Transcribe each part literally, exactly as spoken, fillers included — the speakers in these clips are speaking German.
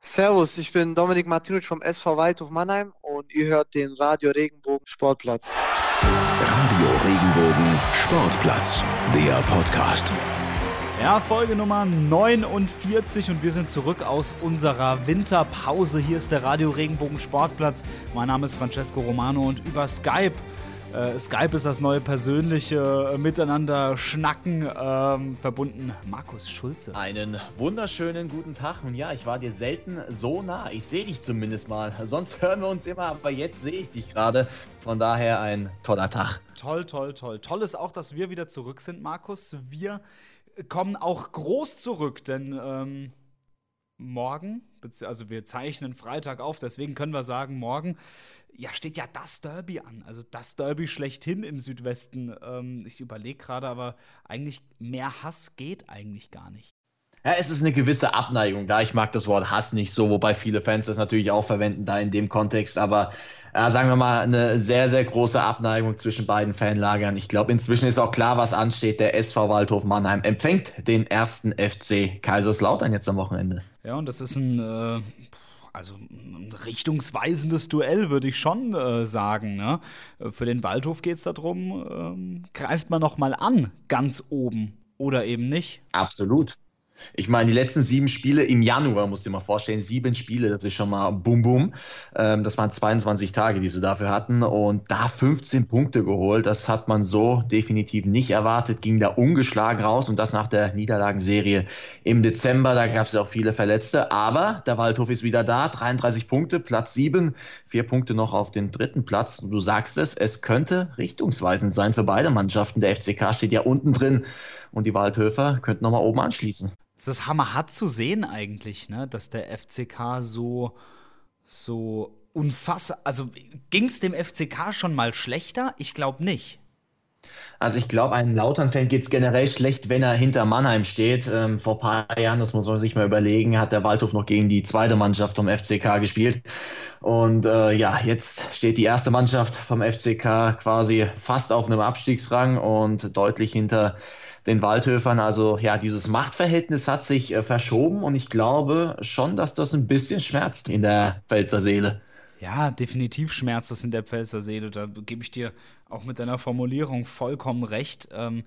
Servus, ich bin Dominik Martinovic vom S V Waldhof Mannheim und ihr hört den Radio Regenbogen Sportplatz. Radio Regenbogen Sportplatz, der Podcast. Ja, Folge Nummer neunundvierzig und wir sind zurück aus unserer Winterpause. Hier ist der Radio Regenbogen Sportplatz. Mein Name ist Francesco Romano und über Skype, äh, Skype ist das neue persönliche äh, Miteinander schnacken, äh, verbunden Markus Schulze. Einen wunderschönen guten Tag und ja, ich war dir selten so nah. Ich sehe dich zumindest mal. Sonst hören wir uns immer, aber jetzt sehe ich dich gerade. Von daher ein toller Tag. Toll, toll, toll. Toll ist auch, dass wir wieder zurück sind, Markus. Wir kommen auch groß zurück, denn ähm, morgen, also wir zeichnen Freitag auf, deswegen können wir sagen, morgen ja, steht ja das Derby an, also das Derby schlechthin im Südwesten. Ähm, ich überlege gerade, aber eigentlich mehr Hass geht eigentlich gar nicht. Ja, es ist eine gewisse Abneigung da. Ich mag das Wort Hass nicht so, wobei viele Fans das natürlich auch verwenden da in dem Kontext. Aber äh, sagen wir mal, eine sehr, sehr große Abneigung zwischen beiden Fanlagern. Ich glaube, inzwischen ist auch klar, was ansteht. Der S V Waldhof Mannheim empfängt den ersten F C Kaiserslautern jetzt am Wochenende. Ja, und das ist ein, äh, also ein richtungsweisendes Duell, würde ich schon äh, sagen. Ne? Für den Waldhof geht es darum, ähm, greift man noch mal an, ganz oben oder eben nicht. Absolut. Ich meine, die letzten sieben Spiele im Januar, musst du dir mal vorstellen, sieben Spiele, das ist schon mal bum bum. Ähm, das waren zweiundzwanzig Tage, die sie dafür hatten und da fünfzehn Punkte geholt. Das hat man so definitiv nicht erwartet, ging da ungeschlagen raus und das nach der Niederlagenserie im Dezember. Da gab es ja auch viele Verletzte, aber der Waldhof ist wieder da, dreiunddreißig Punkte, Platz sieben, vier Punkte noch auf den dritten Platz. Und du sagst es, es könnte richtungsweisend sein für beide Mannschaften. Der F C K steht ja unten drin und die Waldhöfer könnten nochmal oben anschließen. Es ist hammerhart zu sehen eigentlich, ne, dass der F C K so, so unfassbar, also ging es dem F C K schon mal schlechter? Ich glaube nicht. Also ich glaube, einem Lautern-Fan geht es generell schlecht, wenn er hinter Mannheim steht. Ähm, vor ein paar Jahren, das muss man sich mal überlegen, hat der Waldhof noch gegen die zweite Mannschaft vom F C K gespielt. Und äh, ja, jetzt steht die erste Mannschaft vom F C K quasi fast auf einem Abstiegsrang und deutlich hinter den Waldhöfern. Also ja, dieses Machtverhältnis hat sich äh, verschoben und ich glaube schon, dass das ein bisschen schmerzt in der Pfälzer Seele. Ja, definitiv schmerzt es in der Pfälzer Seele. Da gebe ich dir auch mit deiner Formulierung vollkommen recht. Ähm,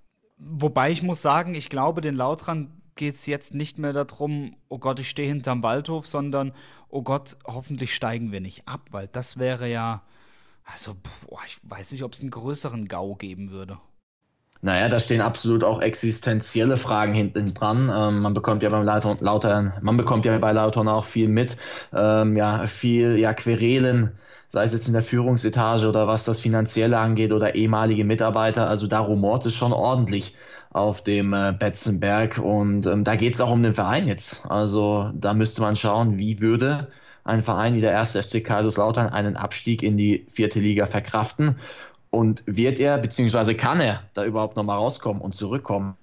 wobei ich muss sagen, ich glaube, den Lautrern geht es jetzt nicht mehr darum, oh Gott, ich stehe hinterm Waldhof, sondern oh Gott, hoffentlich steigen wir nicht ab, weil das wäre ja, also boah, ich weiß nicht, ob es einen größeren GAU geben würde. Naja, da stehen absolut auch existenzielle Fragen hinten dran. Ähm, man bekommt ja beim Lautern, Lautern, man bekommt ja bei Lautern auch viel mit. Ähm, ja, viel ja, Querelen, sei es jetzt in der Führungsetage oder was das Finanzielle angeht oder ehemalige Mitarbeiter. Also da rumort es schon ordentlich auf dem äh, Betzenberg. Und ähm, da geht es auch um den Verein jetzt. Also da müsste man schauen, wie würde ein Verein wie der erste F C Kaiserslautern einen Abstieg in die vierte Liga verkraften. Und wird er, beziehungsweise kann er da überhaupt nochmal rauskommen und zurückkommen?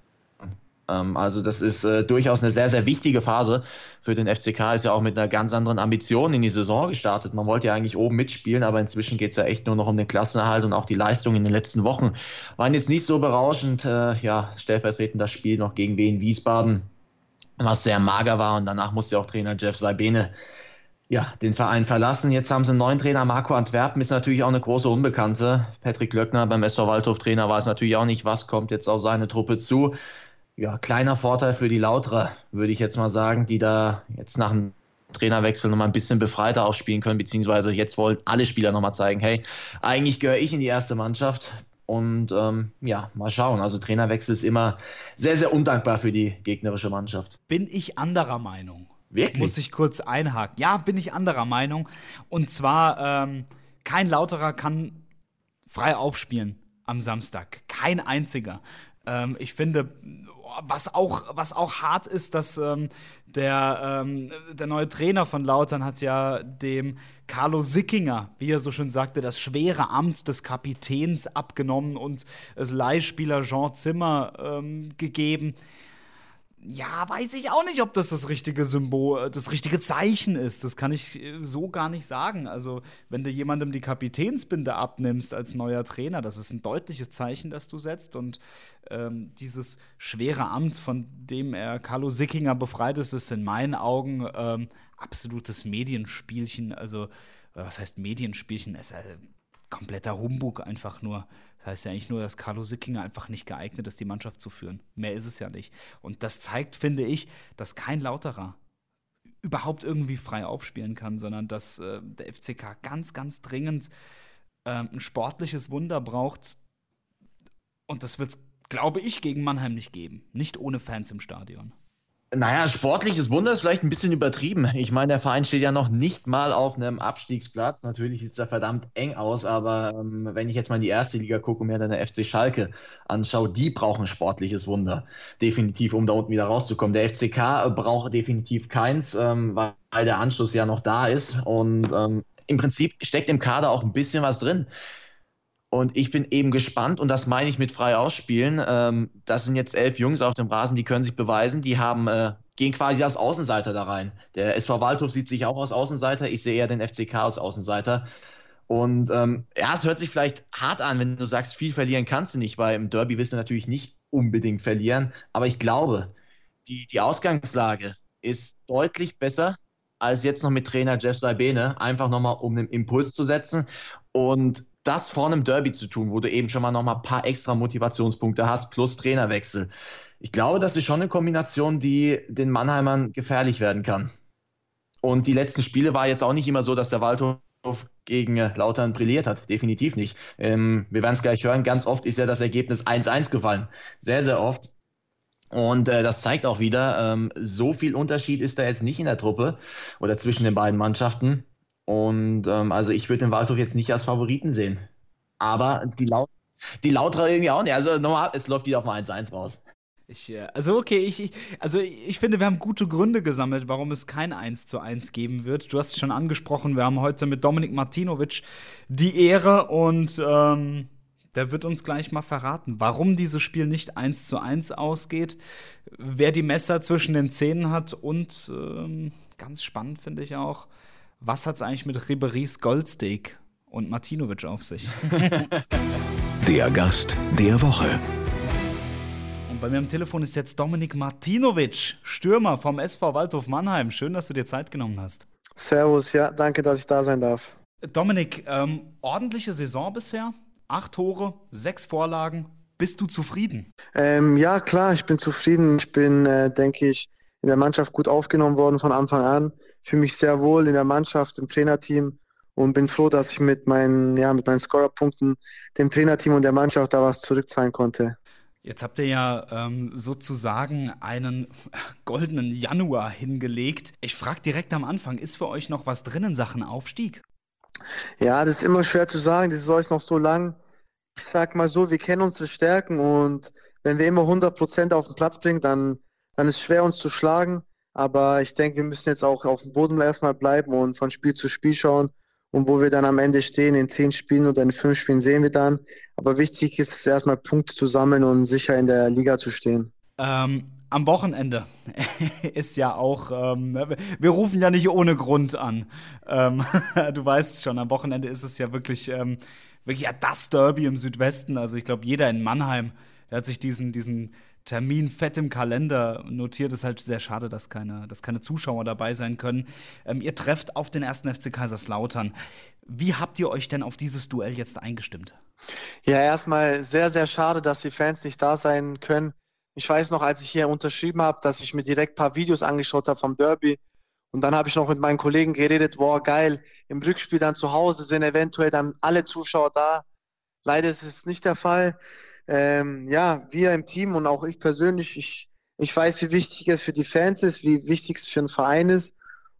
Ähm, also das ist äh, durchaus eine sehr, sehr wichtige Phase für den F C K. Ist ja auch mit einer ganz anderen Ambition in die Saison gestartet. Man wollte ja eigentlich oben mitspielen, aber inzwischen geht es ja echt nur noch um den Klassenerhalt und auch die Leistung in den letzten Wochen waren jetzt nicht so berauschend. Äh, ja, stellvertretend das Spiel noch gegen Wien Wiesbaden, was sehr mager war und danach musste auch Trainer Jeff Saibene ja, den Verein verlassen. Jetzt haben sie einen neuen Trainer. Marco Antwerpen ist natürlich auch eine große Unbekannte. Patrick Löckner beim S V Waldhof Trainer weiß natürlich auch nicht, was kommt jetzt auf seine Truppe zu. Ja, kleiner Vorteil für die Lauterer, würde ich jetzt mal sagen, die da jetzt nach dem Trainerwechsel nochmal ein bisschen befreiter auch spielen können, beziehungsweise jetzt wollen alle Spieler nochmal zeigen, hey, eigentlich gehöre ich in die erste Mannschaft. Und ähm, ja, mal schauen. Also Trainerwechsel ist immer sehr, sehr undankbar für die gegnerische Mannschaft. Bin ich anderer Meinung? Wirklich? Muss ich kurz einhaken. Ja, bin ich anderer Meinung. Und zwar, ähm, kein Lauterer kann frei aufspielen am Samstag. Kein einziger. Ähm, ich finde, was auch, was auch hart ist, dass ähm, der, ähm, der neue Trainer von Lautern hat ja dem Carlo Sickinger, wie er so schön sagte, das schwere Amt des Kapitäns abgenommen und es Leihspieler Jean Zimmer ähm, gegeben. Ja, weiß ich auch nicht, ob das das richtige Symbol, das richtige Zeichen ist. Das kann ich so gar nicht sagen. Also, wenn du jemandem die Kapitänsbinde abnimmst als neuer Trainer, das ist ein deutliches Zeichen, das du setzt. Und ähm, dieses schwere Amt, von dem er Carlo Sickinger befreit ist, ist in meinen Augen ähm, absolutes Medienspielchen. Also, was heißt Medienspielchen? Es ist ein kompletter Humbug einfach nur. Das heißt ja eigentlich nur, dass Carlo Sickinger einfach nicht geeignet ist, die Mannschaft zu führen. Mehr ist es ja nicht. Und das zeigt, finde ich, dass kein Lauterer überhaupt irgendwie frei aufspielen kann, sondern dass äh, der F C K ganz, ganz dringend äh, ein sportliches Wunder braucht. Und das wird es, glaube ich, gegen Mannheim nicht geben. Nicht ohne Fans im Stadion. Naja, sportliches Wunder ist vielleicht ein bisschen übertrieben. Ich meine, der Verein steht ja noch nicht mal auf einem Abstiegsplatz. Natürlich sieht es da verdammt eng aus, aber ähm, wenn ich jetzt mal in die erste Liga gucke und mir dann der F C Schalke anschaue, die brauchen sportliches Wunder. Definitiv, um da unten wieder rauszukommen. Der F C K braucht definitiv keins, ähm, weil der Anschluss ja noch da ist. Und ähm, im Prinzip steckt im Kader auch ein bisschen was drin. Und ich bin eben gespannt, und das meine ich mit frei ausspielen. Ähm, das sind jetzt elf Jungs auf dem Rasen, die können sich beweisen. Die haben, äh, gehen quasi als Außenseiter da rein. Der S V Waldhof sieht sich auch als Außenseiter. Ich sehe eher den F C K als Außenseiter. Und ähm, ja, es hört sich vielleicht hart an, wenn du sagst, viel verlieren kannst du nicht, weil im Derby wirst du natürlich nicht unbedingt verlieren. Aber ich glaube, die, die Ausgangslage ist deutlich besser als jetzt noch mit Trainer Jeff Saibene. Einfach nochmal, um einen Impuls zu setzen. Und das vor einem Derby zu tun, wo du eben schon mal noch mal ein paar extra Motivationspunkte hast, plus Trainerwechsel. Ich glaube, das ist schon eine Kombination, die den Mannheimern gefährlich werden kann. Und die letzten Spiele war jetzt auch nicht immer so, dass der Waldhof gegen Lautern brilliert hat. Definitiv nicht. Ähm, wir werden es gleich hören. Ganz oft ist ja das Ergebnis eins eins gefallen. Sehr, sehr oft. Und äh, das zeigt auch wieder, ähm, so viel Unterschied ist da jetzt nicht in der Truppe oder zwischen den beiden Mannschaften. Und ähm, also ich würde den Waldhof jetzt nicht als Favoriten sehen. Aber die, Laut die Lauterer irgendwie auch nicht. Also nochmal, es läuft wieder auf ein eins eins raus. Ich, äh, also okay, ich, ich, also ich finde, wir haben gute Gründe gesammelt, warum es kein eins zu eins geben wird. Du hast es schon angesprochen, wir haben heute mit Dominik Martinovic die Ehre und ähm, der wird uns gleich mal verraten, warum dieses Spiel nicht eins zu eins ausgeht, wer die Messer zwischen den Zähnen hat und ähm, ganz spannend finde ich auch, was hat es eigentlich mit Ribéry's Goldsteak und Martinovic auf sich? Der Gast der Woche. Und bei mir am Telefon ist jetzt Dominik Martinovic, Stürmer vom S V Waldhof Mannheim. Schön, dass du dir Zeit genommen hast. Servus, ja, danke, dass ich da sein darf. Dominik, ähm, ordentliche Saison bisher. Acht Tore, sechs Vorlagen. Bist du zufrieden? Ähm, ja, klar, ich bin zufrieden. Ich bin, äh, denke ich, in der Mannschaft gut aufgenommen worden von Anfang an. Fühle mich sehr wohl in der Mannschaft, im Trainerteam und bin froh, dass ich mit meinen, ja, mit meinen Scorerpunkten dem Trainerteam und der Mannschaft da was zurückzahlen konnte. Jetzt habt ihr ja ähm, sozusagen einen goldenen Januar hingelegt. Ich frage direkt am Anfang, ist für euch noch was drin in Sachen Aufstieg? Ja, das ist immer schwer zu sagen. Die Saison ist noch so lang. Ich sag mal so, wir kennen unsere Stärken und wenn wir immer hundert Prozent auf den Platz bringen, dann dann ist es schwer, uns zu schlagen. Aber ich denke, wir müssen jetzt auch auf dem Boden erstmal bleiben und von Spiel zu Spiel schauen. Und wo wir dann am Ende stehen, in zehn Spielen oder in fünf Spielen, sehen wir dann. Aber wichtig ist es erstmal, Punkte zu sammeln und sicher in der Liga zu stehen. Ähm, am Wochenende ist ja auch, ähm, wir rufen ja nicht ohne Grund an. Ähm, du weißt schon, am Wochenende ist es ja wirklich, ähm, wirklich ja, das Derby im Südwesten. Also ich glaube, jeder in Mannheim, der hat sich diesen, diesen Termin fett im Kalender notiert. Ist halt sehr schade, dass keine, dass keine Zuschauer dabei sein können. Ähm, ihr trefft auf den ersten F C Kaiserslautern. Wie habt ihr euch denn auf dieses Duell jetzt eingestimmt? Ja, erstmal sehr, sehr schade, dass die Fans nicht da sein können. Ich weiß noch, als ich hier unterschrieben habe, dass ich mir direkt ein paar Videos angeschaut habe vom Derby. Und dann habe ich noch mit meinen Kollegen geredet, boah, geil, im Rückspiel dann zu Hause sind eventuell dann alle Zuschauer da. Leider ist es nicht der Fall. Ähm, ja, wir im Team und auch ich persönlich, ich, ich weiß, wie wichtig es für die Fans ist, wie wichtig es für einen Verein ist.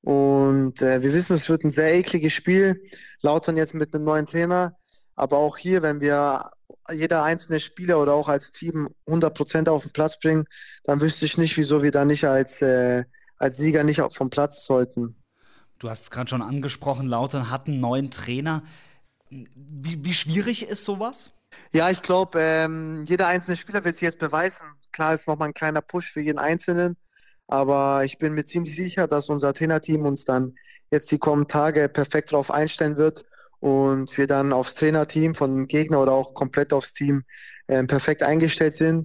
Und äh, wir wissen, es wird ein sehr ekliges Spiel. Lautern jetzt mit einem neuen Trainer. Aber auch hier, wenn wir jeder einzelne Spieler oder auch als Team hundert Prozent auf den Platz bringen, dann wüsste ich nicht, wieso wir da nicht als, äh, als Sieger nicht vom Platz sollten. Du hast es gerade schon angesprochen, Lautern hat einen neuen Trainer. Wie, wie schwierig ist sowas? Ja, ich glaube, ähm, jeder einzelne Spieler wird sich jetzt beweisen. Klar ist nochmal ein kleiner Push für jeden Einzelnen, aber ich bin mir ziemlich sicher, dass unser Trainerteam uns dann jetzt die kommenden Tage perfekt darauf einstellen wird und wir dann aufs Trainerteam von dem Gegner oder auch komplett aufs Team äh, perfekt eingestellt sind.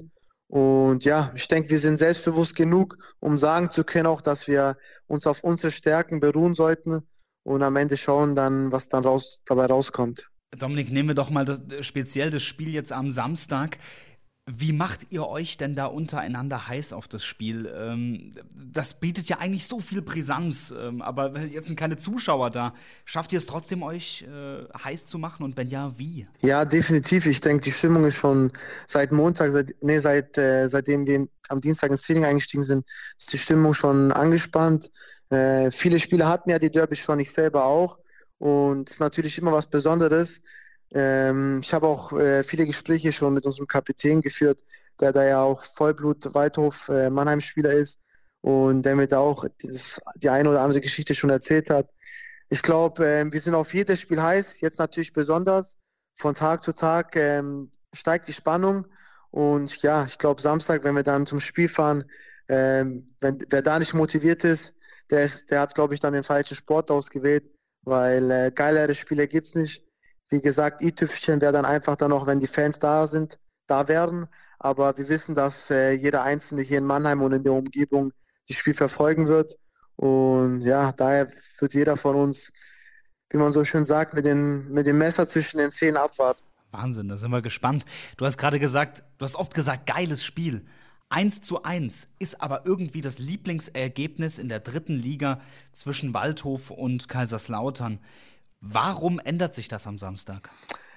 Und ja, ich denke, wir sind selbstbewusst genug, um sagen zu können auch, dass wir uns auf unsere Stärken beruhen sollten und am Ende schauen dann, was dann raus, dabei rauskommt. Dominik, nehmen wir doch mal das, speziell das Spiel jetzt am Samstag. Wie macht ihr euch denn da untereinander heiß auf das Spiel? Ähm, das bietet ja eigentlich so viel Brisanz, ähm, aber jetzt sind keine Zuschauer da. Schafft ihr es trotzdem, euch äh, heiß zu machen und wenn ja, wie? Ja, definitiv. Ich denke, die Stimmung ist schon seit Montag, seit, nee, seit, äh, seitdem wir am Dienstag ins Training eingestiegen sind, ist die Stimmung schon angespannt. Äh, viele Spieler hatten ja die Derbys schon, ich selber auch. Und es ist natürlich immer was Besonderes. Ähm, ich habe auch äh, viele Gespräche schon mit unserem Kapitän geführt, der da ja auch Vollblut-Waldhof-Mannheim-Spieler ist und der mir da auch das, die eine oder andere Geschichte schon erzählt hat. Ich glaube, äh, wir sind auf jedes Spiel heiß, jetzt natürlich besonders. Von Tag zu Tag ähm, steigt die Spannung und ja, ich glaube, Samstag, wenn wir dann zum Spiel fahren, ähm, wenn wer da nicht motiviert ist, der, ist, der hat, glaube ich, dann den falschen Sport ausgewählt, weil äh, geilere Spiele gibt's nicht. Wie gesagt, i-Tüpfelchen wäre dann einfach dann noch, wenn die Fans da sind, da wären. Aber wir wissen, dass äh, jeder Einzelne hier in Mannheim und in der Umgebung das Spiel verfolgen wird. Und ja, daher wird jeder von uns, wie man so schön sagt, mit, den, mit dem Messer zwischen den Zähnen abwarten. Wahnsinn, da sind wir gespannt. Du hast gerade gesagt, du hast oft gesagt, geiles Spiel. Eins zu eins ist aber irgendwie das Lieblingsergebnis in der dritten Liga zwischen Waldhof und Kaiserslautern. Warum ändert sich das am Samstag?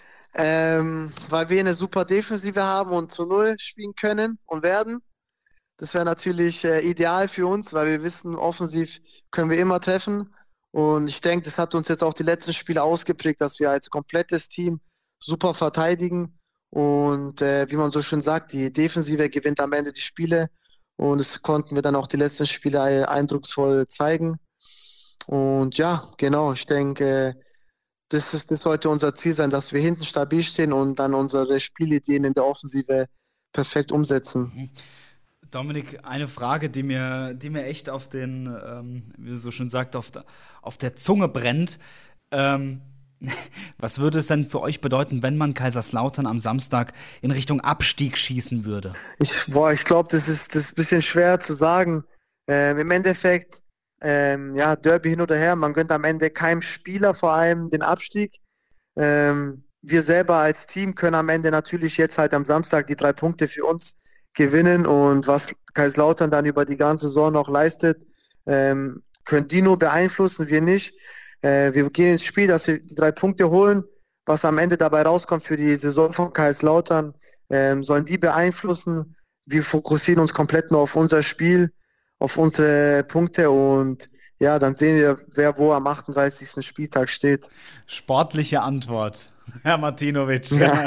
Ähm, weil wir eine super Defensive haben und zu Null spielen können und werden. Das wäre natürlich äh, ideal für uns, weil wir wissen, offensiv können wir immer treffen. Und ich denke, das hat uns jetzt auch die letzten Spiele ausgeprägt, dass wir als komplettes Team super verteidigen. Und äh, wie man so schön sagt, die Defensive gewinnt am Ende die Spiele. Und das konnten wir dann auch die letzten Spiele eindrucksvoll zeigen. Und ja, genau, ich denke, Das ist, das sollte unser Ziel sein, dass wir hinten stabil stehen und dann unsere Spielideen in der Offensive perfekt umsetzen. Dominik, eine Frage, die mir, die mir echt auf den, ähm, wie du so schön sagt, auf der, auf der Zunge brennt. Ähm, was würde es denn für euch bedeuten, wenn man Kaiserslautern am Samstag in Richtung Abstieg schießen würde? Ich, boah, ich glaube, das ist, das ist ein bisschen schwer zu sagen. Ähm, im Endeffekt, ähm, ja, Derby hin oder her, man gönnt am Ende keinem Spieler vor allem den Abstieg. Ähm, wir selber als Team können am Ende natürlich jetzt halt am Samstag die drei Punkte für uns gewinnen und was Kaiserslautern dann über die ganze Saison noch leistet, ähm, können die nur beeinflussen, wir nicht. Äh, wir gehen ins Spiel, dass wir die drei Punkte holen. Was am Ende dabei rauskommt für die Saison von Kaiserslautern, ähm, sollen die beeinflussen. Wir fokussieren uns komplett nur auf unser Spiel, auf unsere Punkte und ja, dann sehen wir, wer wo am achtunddreißigsten Spieltag steht. Sportliche Antwort, Herr Martinovic. Ja,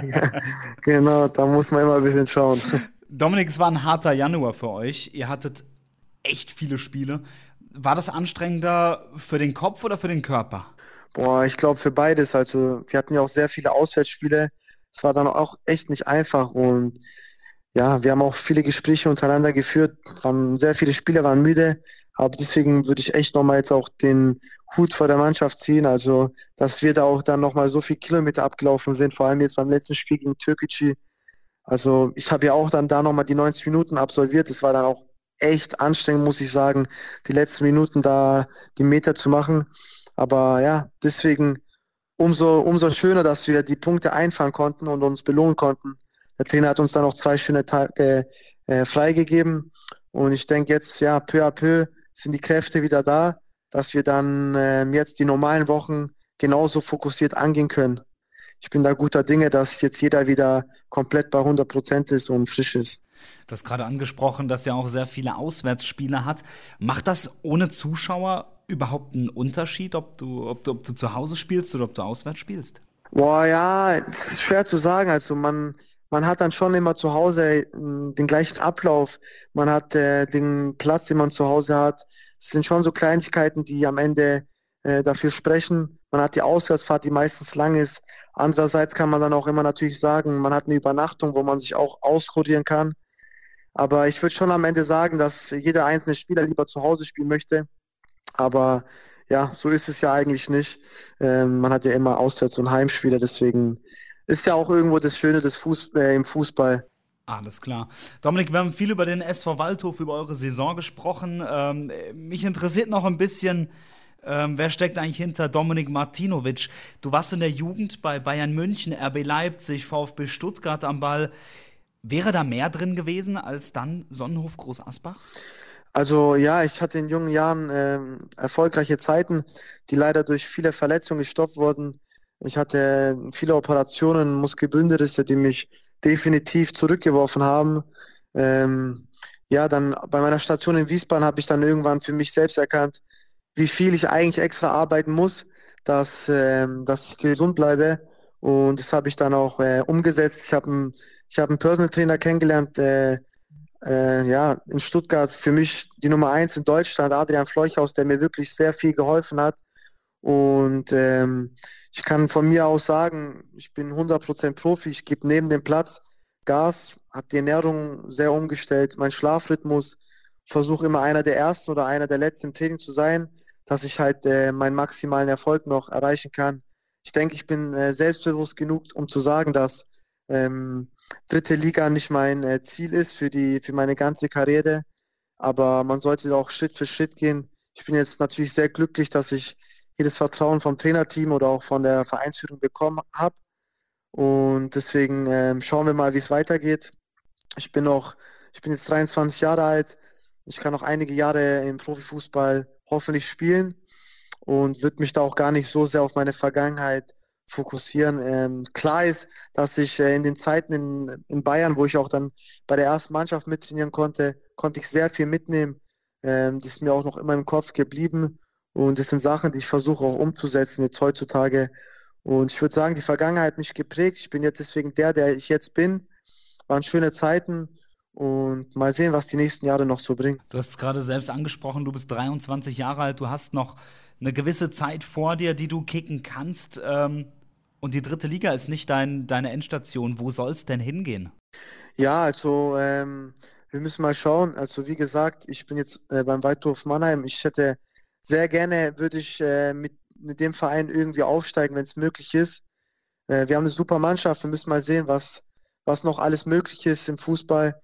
genau, da muss man immer ein bisschen schauen. Dominik, es war ein harter Januar für euch. Ihr hattet echt viele Spiele. War das anstrengender für den Kopf oder für den Körper? Boah, ich glaube für beides. Also wir hatten ja auch sehr viele Auswärtsspiele. Es war dann auch echt nicht einfach und ja, wir haben auch viele Gespräche untereinander geführt, waren, sehr viele Spieler waren müde, aber deswegen würde ich echt nochmal jetzt auch den Hut vor der Mannschaft ziehen, also dass wir da auch dann nochmal so viele Kilometer abgelaufen sind, vor allem jetzt beim letzten Spiel gegen Türkgücü. Also ich habe ja auch dann da nochmal die neunzig Minuten absolviert, das war dann auch echt anstrengend, muss ich sagen, die letzten Minuten da die Meter zu machen, aber ja, deswegen umso, umso schöner, dass wir die Punkte einfahren konnten und uns belohnen konnten. Der Trainer hat uns dann noch zwei schöne Tage äh, freigegeben. Und ich denke jetzt, ja, peu à peu sind die Kräfte wieder da, dass wir dann äh, jetzt die normalen Wochen genauso fokussiert angehen können. Ich bin da guter Dinge, dass jetzt jeder wieder komplett bei hundert Prozent ist und frisch ist. Du hast gerade angesprochen, dass er auch sehr viele Auswärtsspiele hat. Macht das ohne Zuschauer überhaupt einen Unterschied, ob du, ob du, ob du zu Hause spielst oder ob du auswärts spielst? Boah, ja, es ist schwer zu sagen. Also man, man hat dann schon immer zu Hause äh, den gleichen Ablauf. Man hat äh, den Platz, den man zu Hause hat. Es sind schon so Kleinigkeiten, die am Ende äh, dafür sprechen. Man hat die Auswärtsfahrt, die meistens lang ist. Andererseits kann man dann auch immer natürlich sagen, man hat eine Übernachtung, wo man sich auch auskurieren kann. Aber ich würde schon am Ende sagen, dass jeder einzelne Spieler lieber zu Hause spielen möchte. Aber ja, so ist es ja eigentlich nicht. Ähm, man hat ja immer Auswärts- und Heimspiele, deswegen ist ja auch irgendwo das Schöne des Fuß äh, im Fußball. Alles klar. Dominik, wir haben viel über den S V Waldhof, über eure Saison gesprochen. Ähm, mich interessiert noch ein bisschen, ähm, wer steckt eigentlich hinter Dominik Martinovic? Du warst in der Jugend bei Bayern München, R B Leipzig, VfB Stuttgart am Ball. Wäre da mehr drin gewesen als dann Sonnenhof Groß Asbach? Also ja, ich hatte in jungen Jahren ähm, erfolgreiche Zeiten, die leider durch viele Verletzungen gestoppt wurden. Ich hatte viele Operationen, Muskelbündelrisse, die mich definitiv zurückgeworfen haben. Ähm, ja, dann bei meiner Station in Wiesbaden habe ich dann irgendwann für mich selbst erkannt, wie viel ich eigentlich extra arbeiten muss, dass, ähm, dass ich gesund bleibe. Und das habe ich dann auch äh, umgesetzt. Ich habe einen, ich hab einen Personal Trainer kennengelernt, äh, äh, ja, in Stuttgart für mich die Nummer eins in Deutschland, Adrian Fleuchhaus, der mir wirklich sehr viel geholfen hat. Und ähm, ich kann von mir aus sagen, ich bin hundert Prozent Profi, ich gebe neben dem Platz Gas, habe die Ernährung sehr umgestellt, mein Schlafrhythmus, versuche immer einer der Ersten oder einer der Letzten im Training zu sein, dass ich halt äh, meinen maximalen Erfolg noch erreichen kann. Ich denke, ich bin äh, selbstbewusst genug, um zu sagen, dass ähm, dritte Liga nicht mein äh, Ziel ist für die, für meine ganze Karriere, aber man sollte auch Schritt für Schritt gehen. Ich bin jetzt natürlich sehr glücklich, dass ich hier das Vertrauen vom Trainerteam oder auch von der Vereinsführung bekommen habe. Und deswegen ähm, schauen wir mal, wie es weitergeht. Ich bin noch, ich bin jetzt dreiundzwanzig Jahre alt. Ich kann noch einige Jahre im Profifußball hoffentlich spielen und würde mich da auch gar nicht so sehr auf meine Vergangenheit fokussieren. Ähm, klar ist, dass ich äh, in den Zeiten in, in Bayern, wo ich auch dann bei der ersten Mannschaft mittrainieren konnte, konnte ich sehr viel mitnehmen. Ähm, die ist mir auch noch immer im Kopf geblieben. Und das sind Sachen, die ich versuche auch umzusetzen jetzt heutzutage. Und ich würde sagen, die Vergangenheit hat mich geprägt. Ich bin jetzt deswegen der, der ich jetzt bin. Waren schöne Zeiten und mal sehen, was die nächsten Jahre noch so bringen. Du hast es gerade selbst angesprochen, du bist dreiundzwanzig Jahre alt, du hast noch eine gewisse Zeit vor dir, die du kicken kannst. Ähm, und die dritte Liga ist nicht dein, deine Endstation. Wo soll es denn hingehen? Ja, also ähm, wir müssen mal schauen. Also wie gesagt, ich bin jetzt äh, beim Waldhof Mannheim. Ich hätte sehr gerne, würde ich äh, mit, mit dem Verein irgendwie aufsteigen, wenn es möglich ist. Äh, wir haben eine super Mannschaft. Wir müssen mal sehen, was, was noch alles möglich ist im Fußball.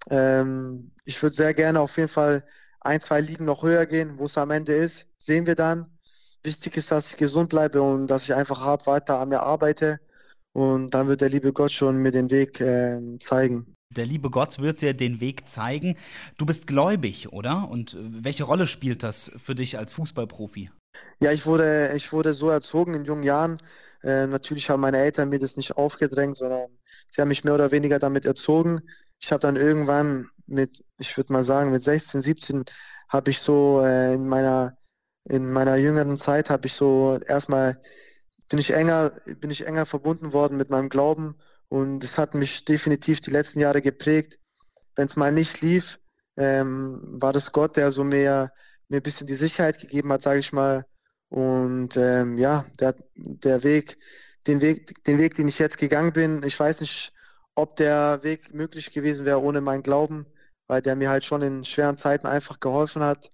Ähm, ich würde sehr gerne auf jeden Fall ein, zwei Ligen noch höher gehen, wo es am Ende ist. Sehen wir dann. Wichtig ist, dass ich gesund bleibe und dass ich einfach hart weiter an mir arbeite. Und dann wird der liebe Gott schon mir den Weg äh, zeigen. Der liebe Gott wird dir den Weg zeigen. Du bist gläubig, oder? Und äh, welche Rolle spielt das für dich als Fußballprofi? Ja, ich wurde, ich wurde so erzogen in jungen Jahren. Äh, natürlich haben meine Eltern mir das nicht aufgedrängt, sondern sie haben mich mehr oder weniger damit erzogen. Ich habe dann irgendwann mit, ich würde mal sagen, mit sechzehn, siebzehn habe ich so äh, in meiner, in meiner jüngeren Zeit habe ich so erstmal bin ich enger, bin ich enger verbunden worden mit meinem Glauben und es hat mich definitiv die letzten Jahre geprägt. Wenn es mal nicht lief, ähm, war das Gott, der so mir, mir ein bisschen die Sicherheit gegeben hat, sage ich mal. Und ähm, ja, der, der Weg, den Weg, den Weg, den ich jetzt gegangen bin, ich weiß nicht, ob der Weg möglich gewesen wäre ohne meinen Glauben, weil der mir halt schon in schweren Zeiten einfach geholfen hat.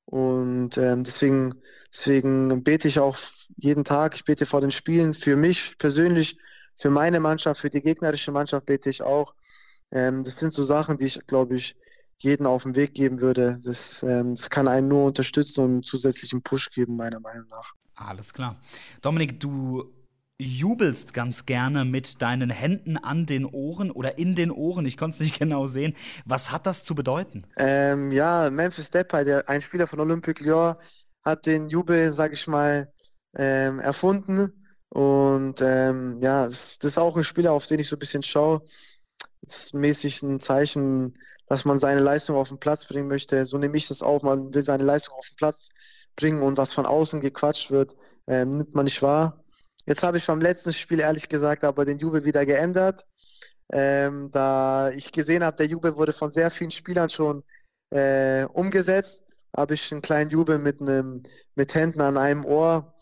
Und ähm, deswegen, deswegen bete ich auch jeden Tag, ich bete vor den Spielen für mich persönlich, für meine Mannschaft, für die gegnerische Mannschaft bete ich auch. Ähm, das sind so Sachen, die ich, glaube ich, jeden auf den Weg geben würde. Das, ähm, das kann einen nur unterstützen und einen zusätzlichen Push geben, meiner Meinung nach. Alles klar. Dominik, du jubelst ganz gerne mit deinen Händen an den Ohren oder in den Ohren, ich konnte es nicht genau sehen. Was hat das zu bedeuten? Ähm, ja, Memphis Depay, der, ein Spieler von Olympique Lyon, hat den Jubel, sag ich mal, ähm, erfunden. Und ähm, ja, das, das ist auch ein Spieler, auf den ich so ein bisschen schaue. Das ist mäßig ein Zeichen, dass man seine Leistung auf den Platz bringen möchte. So nehme ich das auf. Man will seine Leistung auf den Platz bringen und was von außen gequatscht wird, ähm, nimmt man nicht wahr. Jetzt habe ich beim letzten Spiel ehrlich gesagt aber den Jubel wieder geändert, ähm, da ich gesehen habe, der Jubel wurde von sehr vielen Spielern schon äh, umgesetzt, habe ich einen kleinen Jubel mit einem mit Händen an einem Ohr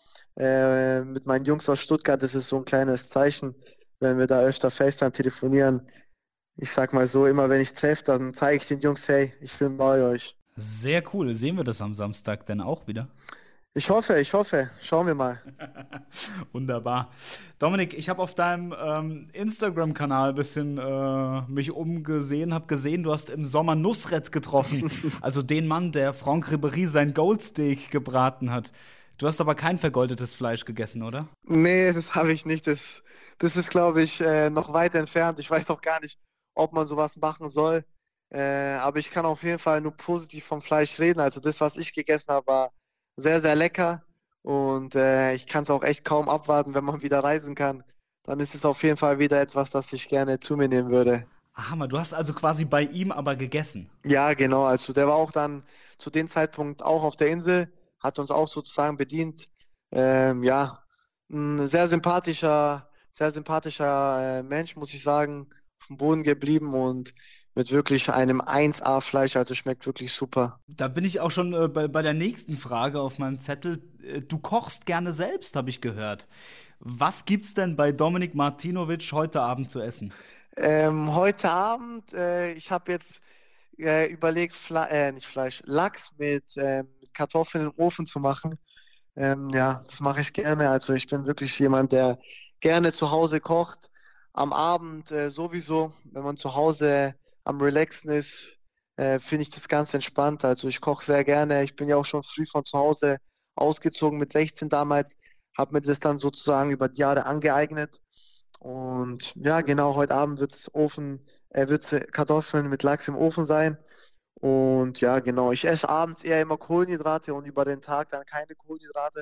äh, mit meinen Jungs aus Stuttgart. Das ist so ein kleines Zeichen, wenn wir da öfter FaceTime telefonieren. Ich sag mal so, immer wenn ich treffe, dann zeige ich den Jungs, hey, ich bin bei euch. Sehr cool. Sehen wir das am Samstag denn auch wieder? Ich hoffe, ich hoffe. Schauen wir mal. Wunderbar. Dominik, ich habe auf deinem ähm, Instagram-Kanal ein bisschen äh, mich umgesehen, habe gesehen, du hast im Sommer Nusret getroffen. Also den Mann, der Franck Ribéry sein Goldsteak gebraten hat. Du hast aber kein vergoldetes Fleisch gegessen, oder? Nee, das habe ich nicht. Das, das ist, glaube ich, äh, noch weit entfernt. Ich weiß auch gar nicht, ob man sowas machen soll. Äh, aber ich kann auf jeden Fall nur positiv vom Fleisch reden. Also das, was ich gegessen habe, war sehr, sehr lecker. Und äh, ich kann es auch echt kaum abwarten, wenn man wieder reisen kann. Dann ist es auf jeden Fall wieder etwas, das ich gerne zu mir nehmen würde. Ah, Hammer, du hast also quasi bei ihm aber gegessen. Ja, genau. Also der war auch dann zu dem Zeitpunkt auch auf der Insel, hat uns auch sozusagen bedient. Ähm, ja, ein sehr sympathischer, sehr sympathischer äh, Mensch, muss ich sagen, auf dem Boden geblieben und mit wirklich einem eins A-Fleisch, also schmeckt wirklich super. Da bin ich auch schon äh, bei, bei der nächsten Frage auf meinem Zettel. Äh, Du kochst gerne selbst, habe ich gehört. Was gibt's denn bei Dominik Martinovic heute Abend zu essen? Ähm, heute Abend, äh, ich habe jetzt äh, überlegt, Fle äh, nicht Fleisch, Lachs mit, äh, mit Kartoffeln im Ofen zu machen. Ähm, ja, das mache ich gerne. Also ich bin wirklich jemand, der gerne zu Hause kocht. Am Abend äh, sowieso, wenn man zu Hause am Relaxen ist, äh, finde ich das ganz entspannt. Also ich koche sehr gerne. Ich bin ja auch schon früh von zu Hause ausgezogen mit sechzehn damals, habe mir das dann sozusagen über die Jahre angeeignet. Und ja, genau, heute Abend wird's Ofen, äh, wird's Kartoffeln mit Lachs im Ofen sein. Und ja, genau, ich esse abends eher immer Kohlenhydrate und über den Tag dann keine Kohlenhydrate.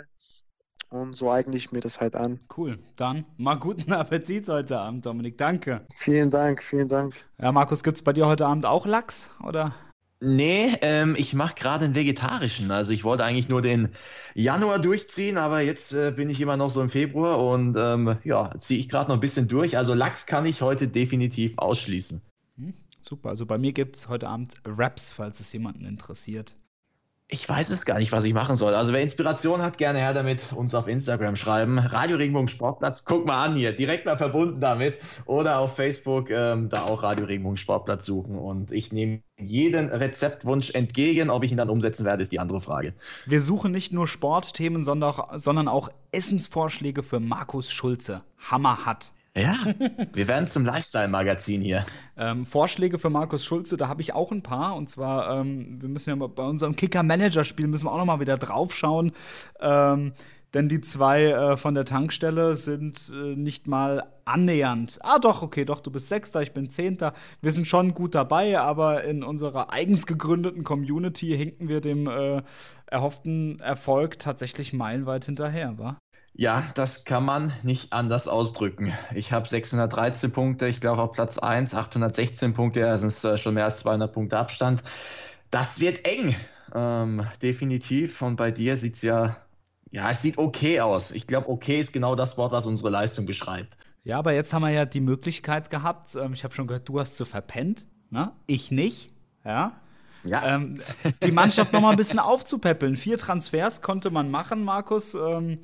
Und so eigne ich mir das halt an. Cool, dann mal guten Appetit heute Abend, Dominik. Danke. Vielen Dank, vielen Dank. Ja, Markus, gibt's bei dir heute Abend auch Lachs, oder? Nee, ähm, ich mache gerade einen vegetarischen. Also ich wollte eigentlich nur den Januar durchziehen, aber jetzt äh, bin ich immer noch so im Februar und ähm, ja, ziehe ich gerade noch ein bisschen durch. Also Lachs kann ich heute definitiv ausschließen. Hm, super, also bei mir gibt's heute Abend Wraps, falls es jemanden interessiert. Ich weiß es gar nicht, was ich machen soll. Also wer Inspiration hat, gerne her damit, uns auf Instagram schreiben. Radio Regenbogen Sportplatz, guck mal an hier, direkt mal verbunden damit. Oder auf Facebook ähm, da auch Radio Regenbogen Sportplatz suchen. Und ich nehme jeden Rezeptwunsch entgegen. Ob ich ihn dann umsetzen werde, ist die andere Frage. Wir suchen nicht nur Sportthemen, sondern auch, sondern auch Essensvorschläge für Markus Schulze. Hammerhart. Ja, wir werden zum Lifestyle-Magazin hier. Ähm, Vorschläge für Markus Schulze, da habe ich auch ein paar. Und zwar, ähm, wir müssen ja mal bei unserem Kicker-Manager-Spiel müssen wir auch noch mal wieder draufschauen. Ähm, denn die zwei äh, von der Tankstelle sind äh, nicht mal annähernd. Ah, doch, okay, doch, du bist Sechster, ich bin Zehnter. Wir sind schon gut dabei, aber in unserer eigens gegründeten Community hinken wir dem äh, erhofften Erfolg tatsächlich meilenweit hinterher, wa? Ja, das kann man nicht anders ausdrücken. Ich habe sechshundertdreizehn Punkte, ich glaube auf Platz eins, achthundertsechzehn Punkte, das ist äh, schon mehr als zweihundert Punkte Abstand. Das wird eng, ähm, definitiv. Und bei dir sieht es ja, ja, es sieht okay aus. Ich glaube, okay ist genau das Wort, was unsere Leistung beschreibt. Ja, aber jetzt haben wir ja die Möglichkeit gehabt, ähm, ich habe schon gehört, du hast so verpennt, ne? Ich nicht, ja. Ja. Ähm, die Mannschaft noch mal ein bisschen aufzupäppeln. Vier Transfers konnte man machen, Markus. Ähm,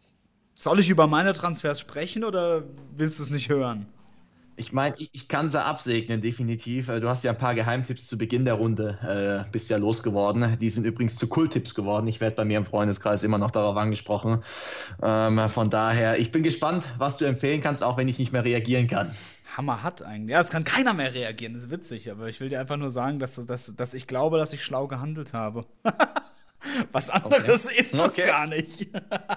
soll ich über meine Transfers sprechen oder willst du es nicht hören? Ich meine, ich, ich kann sie absegnen, definitiv. Du hast ja ein paar Geheimtipps zu Beginn der Runde äh, bist ja losgeworden. Die sind übrigens zu Kulttipps geworden. Ich werde bei mir im Freundeskreis immer noch darauf angesprochen. Ähm, von daher, ich bin gespannt, was du empfehlen kannst, auch wenn ich nicht mehr reagieren kann. Hammer hat eigentlich. Ja, es kann keiner mehr reagieren, das ist witzig. Aber ich will dir einfach nur sagen, dass, dass, dass ich glaube, dass ich schlau gehandelt habe. Was anderes okay. ist das okay. gar nicht.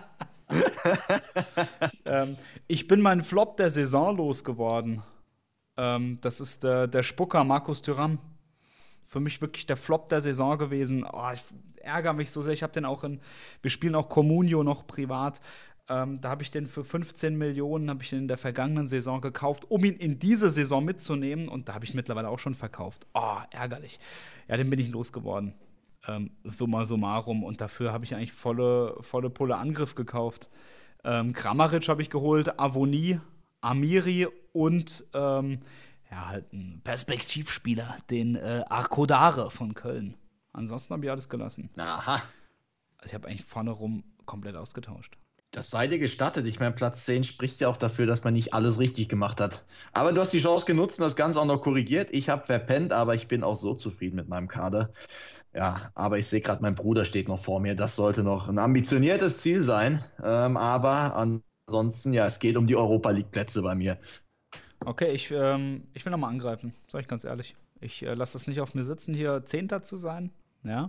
ähm, ich bin mein Flop der Saison losgeworden. Ähm, das ist der, der Spucker Markus Thuram. Für mich wirklich der Flop der Saison gewesen. Oh, ich ärgere mich so sehr. Ich habe den auch in. Wir spielen auch Comunio noch privat. Ähm, da habe ich den für fünfzehn Millionen habe ich den in der vergangenen Saison gekauft, um ihn in diese Saison mitzunehmen. Und da habe ich mittlerweile auch schon verkauft. Oh, ärgerlich. Ja, den bin ich losgeworden. Ähm, summa summarum. Und dafür habe ich eigentlich volle, volle Pulle Angriff gekauft. Ähm, Kramaric habe ich geholt, Avoni, Amiri und ähm, ja, halt ein Perspektivspieler, den äh, Arkodare von Köln. Ansonsten habe ich alles gelassen. Aha. Also ich habe eigentlich vorne rum komplett ausgetauscht. Das sei dir gestattet. Ich meine, Platz zehn spricht ja auch dafür, dass man nicht alles richtig gemacht hat. Aber du hast die Chance genutzt und das Ganze auch noch korrigiert. Ich habe verpennt, aber ich bin auch so zufrieden mit meinem Kader. Ja, aber ich sehe gerade, mein Bruder steht noch vor mir. Das sollte noch ein ambitioniertes Ziel sein. Ähm, aber ansonsten, ja, es geht um die Europa-League-Plätze bei mir. Okay, ich, ähm, ich will nochmal angreifen, sag ich ganz ehrlich. Ich äh, lasse das nicht auf mir sitzen, hier Zehnter zu sein. Ja.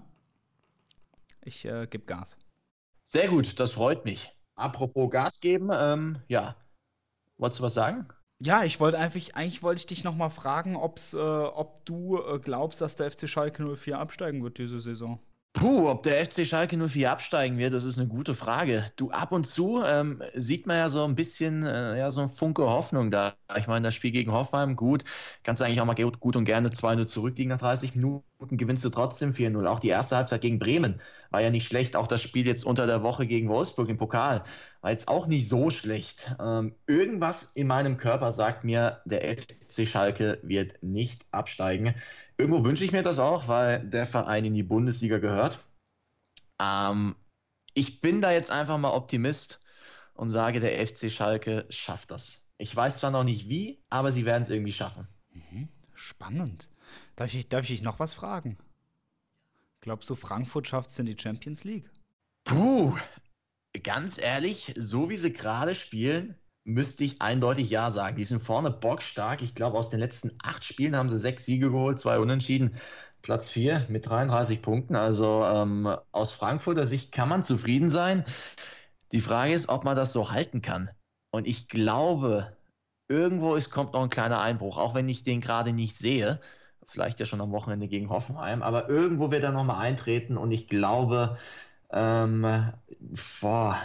Ich äh, gebe Gas. Sehr gut, das freut mich. Apropos Gas geben, ähm, ja. Wolltest du was sagen? Ja, ich wollte einfach, eigentlich wollte ich dich noch mal fragen, ob's, äh, ob du äh, glaubst, dass der F C Schalke null vier absteigen wird diese Saison. Puh, ob der F C Schalke null vier absteigen wird, das ist eine gute Frage. Du, ab und zu ähm, sieht man ja so ein bisschen, äh, ja, so ein Funke Hoffnung da. Ich meine, das Spiel gegen Hoffenheim, gut, kannst du eigentlich auch mal gut und gerne zwei null zurückliegen nach dreißig Minuten, gewinnst du trotzdem vier null. Auch die erste Halbzeit gegen Bremen war ja nicht schlecht. Auch das Spiel jetzt unter der Woche gegen Wolfsburg im Pokal war jetzt auch nicht so schlecht. Ähm, irgendwas in meinem Körper sagt mir, der F C Schalke wird nicht absteigen. Irgendwo wünsche ich mir das auch, weil der Verein in die Bundesliga gehört. Ähm, ich bin da jetzt einfach mal Optimist und sage, der F C Schalke schafft das. Ich weiß zwar noch nicht wie, aber sie werden es irgendwie schaffen. Mhm. Spannend. Darf ich, darf ich dich noch was fragen? Glaubst du, Frankfurt schafft es in die Champions League? Puh, ganz ehrlich, so wie sie gerade spielen, müsste ich eindeutig ja sagen. Die sind vorne bockstark. Ich glaube, aus den letzten acht Spielen haben sie sechs Siege geholt, zwei Unentschieden. Platz vier mit dreiunddreißig Punkten. Also ähm, aus Frankfurter Sicht kann man zufrieden sein. Die Frage ist, ob man das so halten kann. Und ich glaube, irgendwo ist, kommt noch ein kleiner Einbruch, auch wenn ich den gerade nicht sehe. Vielleicht ja schon am Wochenende gegen Hoffenheim. Aber irgendwo wird er nochmal eintreten. Und ich glaube, ähm, boah,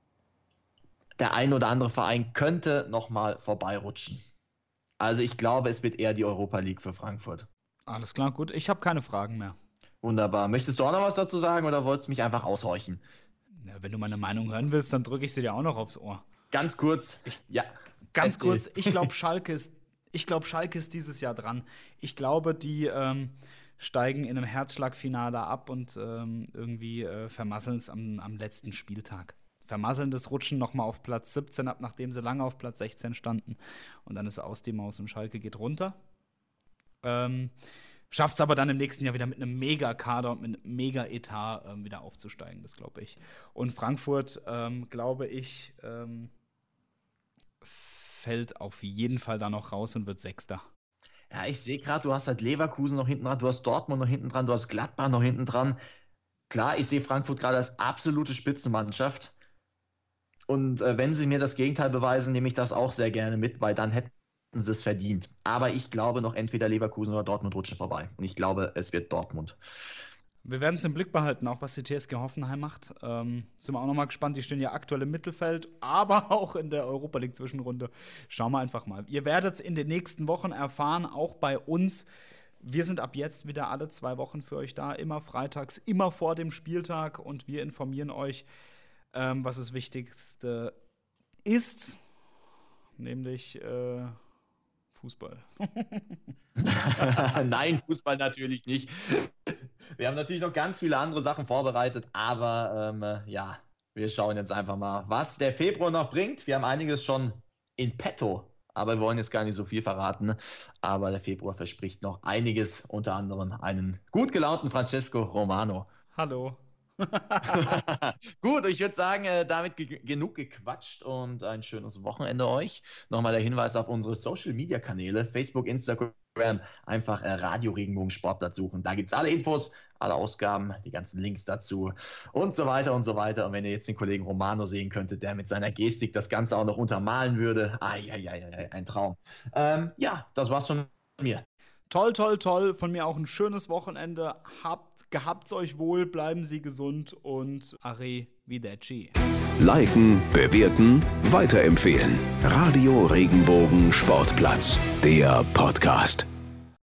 der ein oder andere Verein könnte nochmal vorbeirutschen. Also ich glaube, es wird eher die Europa League für Frankfurt. Alles klar, gut. Ich habe keine Fragen mehr. Wunderbar. Möchtest du auch noch was dazu sagen oder wolltest du mich einfach aushorchen? Ja, wenn du meine Meinung hören willst, dann drücke ich sie dir auch noch aufs Ohr. Ganz kurz. Ich, ja. Ganz erzähl. kurz, ich glaube, Schalke ist, ich glaube, Schalke ist dieses Jahr dran. Ich glaube, die ähm, steigen in einem Herzschlagfinale ab und ähm, irgendwie äh, vermasseln es am, am letzten Spieltag. Vermasseln das Rutschen nochmal auf Platz siebzehn ab, nachdem sie lange auf Platz sechzehn standen. Und dann ist aus die Maus und Schalke geht runter. Ähm, Schafft es aber dann im nächsten Jahr wieder mit einem Mega-Kader und mit einem Mega-Etat ähm, wieder aufzusteigen, das glaube ich. Und Frankfurt, ähm, glaube ich, ähm, fällt auf jeden Fall da noch raus und wird Sechster. Ja, ich sehe gerade, du hast halt Leverkusen noch hinten dran, du hast Dortmund noch hinten dran, du hast Gladbach noch hinten dran. Klar, ich sehe Frankfurt gerade als absolute Spitzenmannschaft. Und äh, wenn sie mir das Gegenteil beweisen, nehme ich das auch sehr gerne mit, weil dann hätten sie es verdient. Aber ich glaube noch entweder Leverkusen oder Dortmund rutschen vorbei. Und ich glaube, es wird Dortmund. Wir werden es im Blick behalten, auch was die T S G Hoffenheim macht. Ähm, sind wir auch noch mal gespannt. Die stehen ja aktuell im Mittelfeld, aber auch in der Europa League Zwischenrunde. Schauen wir einfach mal. Ihr werdet es in den nächsten Wochen erfahren, auch bei uns. Wir sind ab jetzt wieder alle zwei Wochen für euch da, immer freitags, immer vor dem Spieltag. Und wir informieren euch, ähm, was das Wichtigste ist, nämlich äh, Fußball. Nein, Fußball natürlich nicht. Wir haben natürlich noch ganz viele andere Sachen vorbereitet, aber ähm, ja, wir schauen jetzt einfach mal, was der Februar noch bringt. Wir haben einiges schon in petto, aber wir wollen jetzt gar nicht so viel verraten. Aber der Februar verspricht noch einiges, unter anderem einen gut gelaunten Francesco Romano. Hallo. Gut, ich würde sagen, äh, damit ge- genug gequatscht und ein schönes Wochenende euch. Nochmal der Hinweis auf unsere Social-Media-Kanäle, Facebook, Instagram, einfach äh, Radio Regenbogen Sportplatz suchen. Da gibt es alle Infos, alle Ausgaben, die ganzen Links dazu und so weiter und so weiter. Und wenn ihr jetzt den Kollegen Romano sehen könntet, der mit seiner Gestik das Ganze auch noch untermalen würde, ai, ai, ai, ai, ein Traum. Ähm, ja, das war's von mir. Toll, toll, toll. Von mir auch ein schönes Wochenende. Habt, gehabt's euch wohl, bleiben Sie gesund und arrivederci. Liken, bewerten, weiterempfehlen. Radio Regenbogen Sportplatz, der Podcast.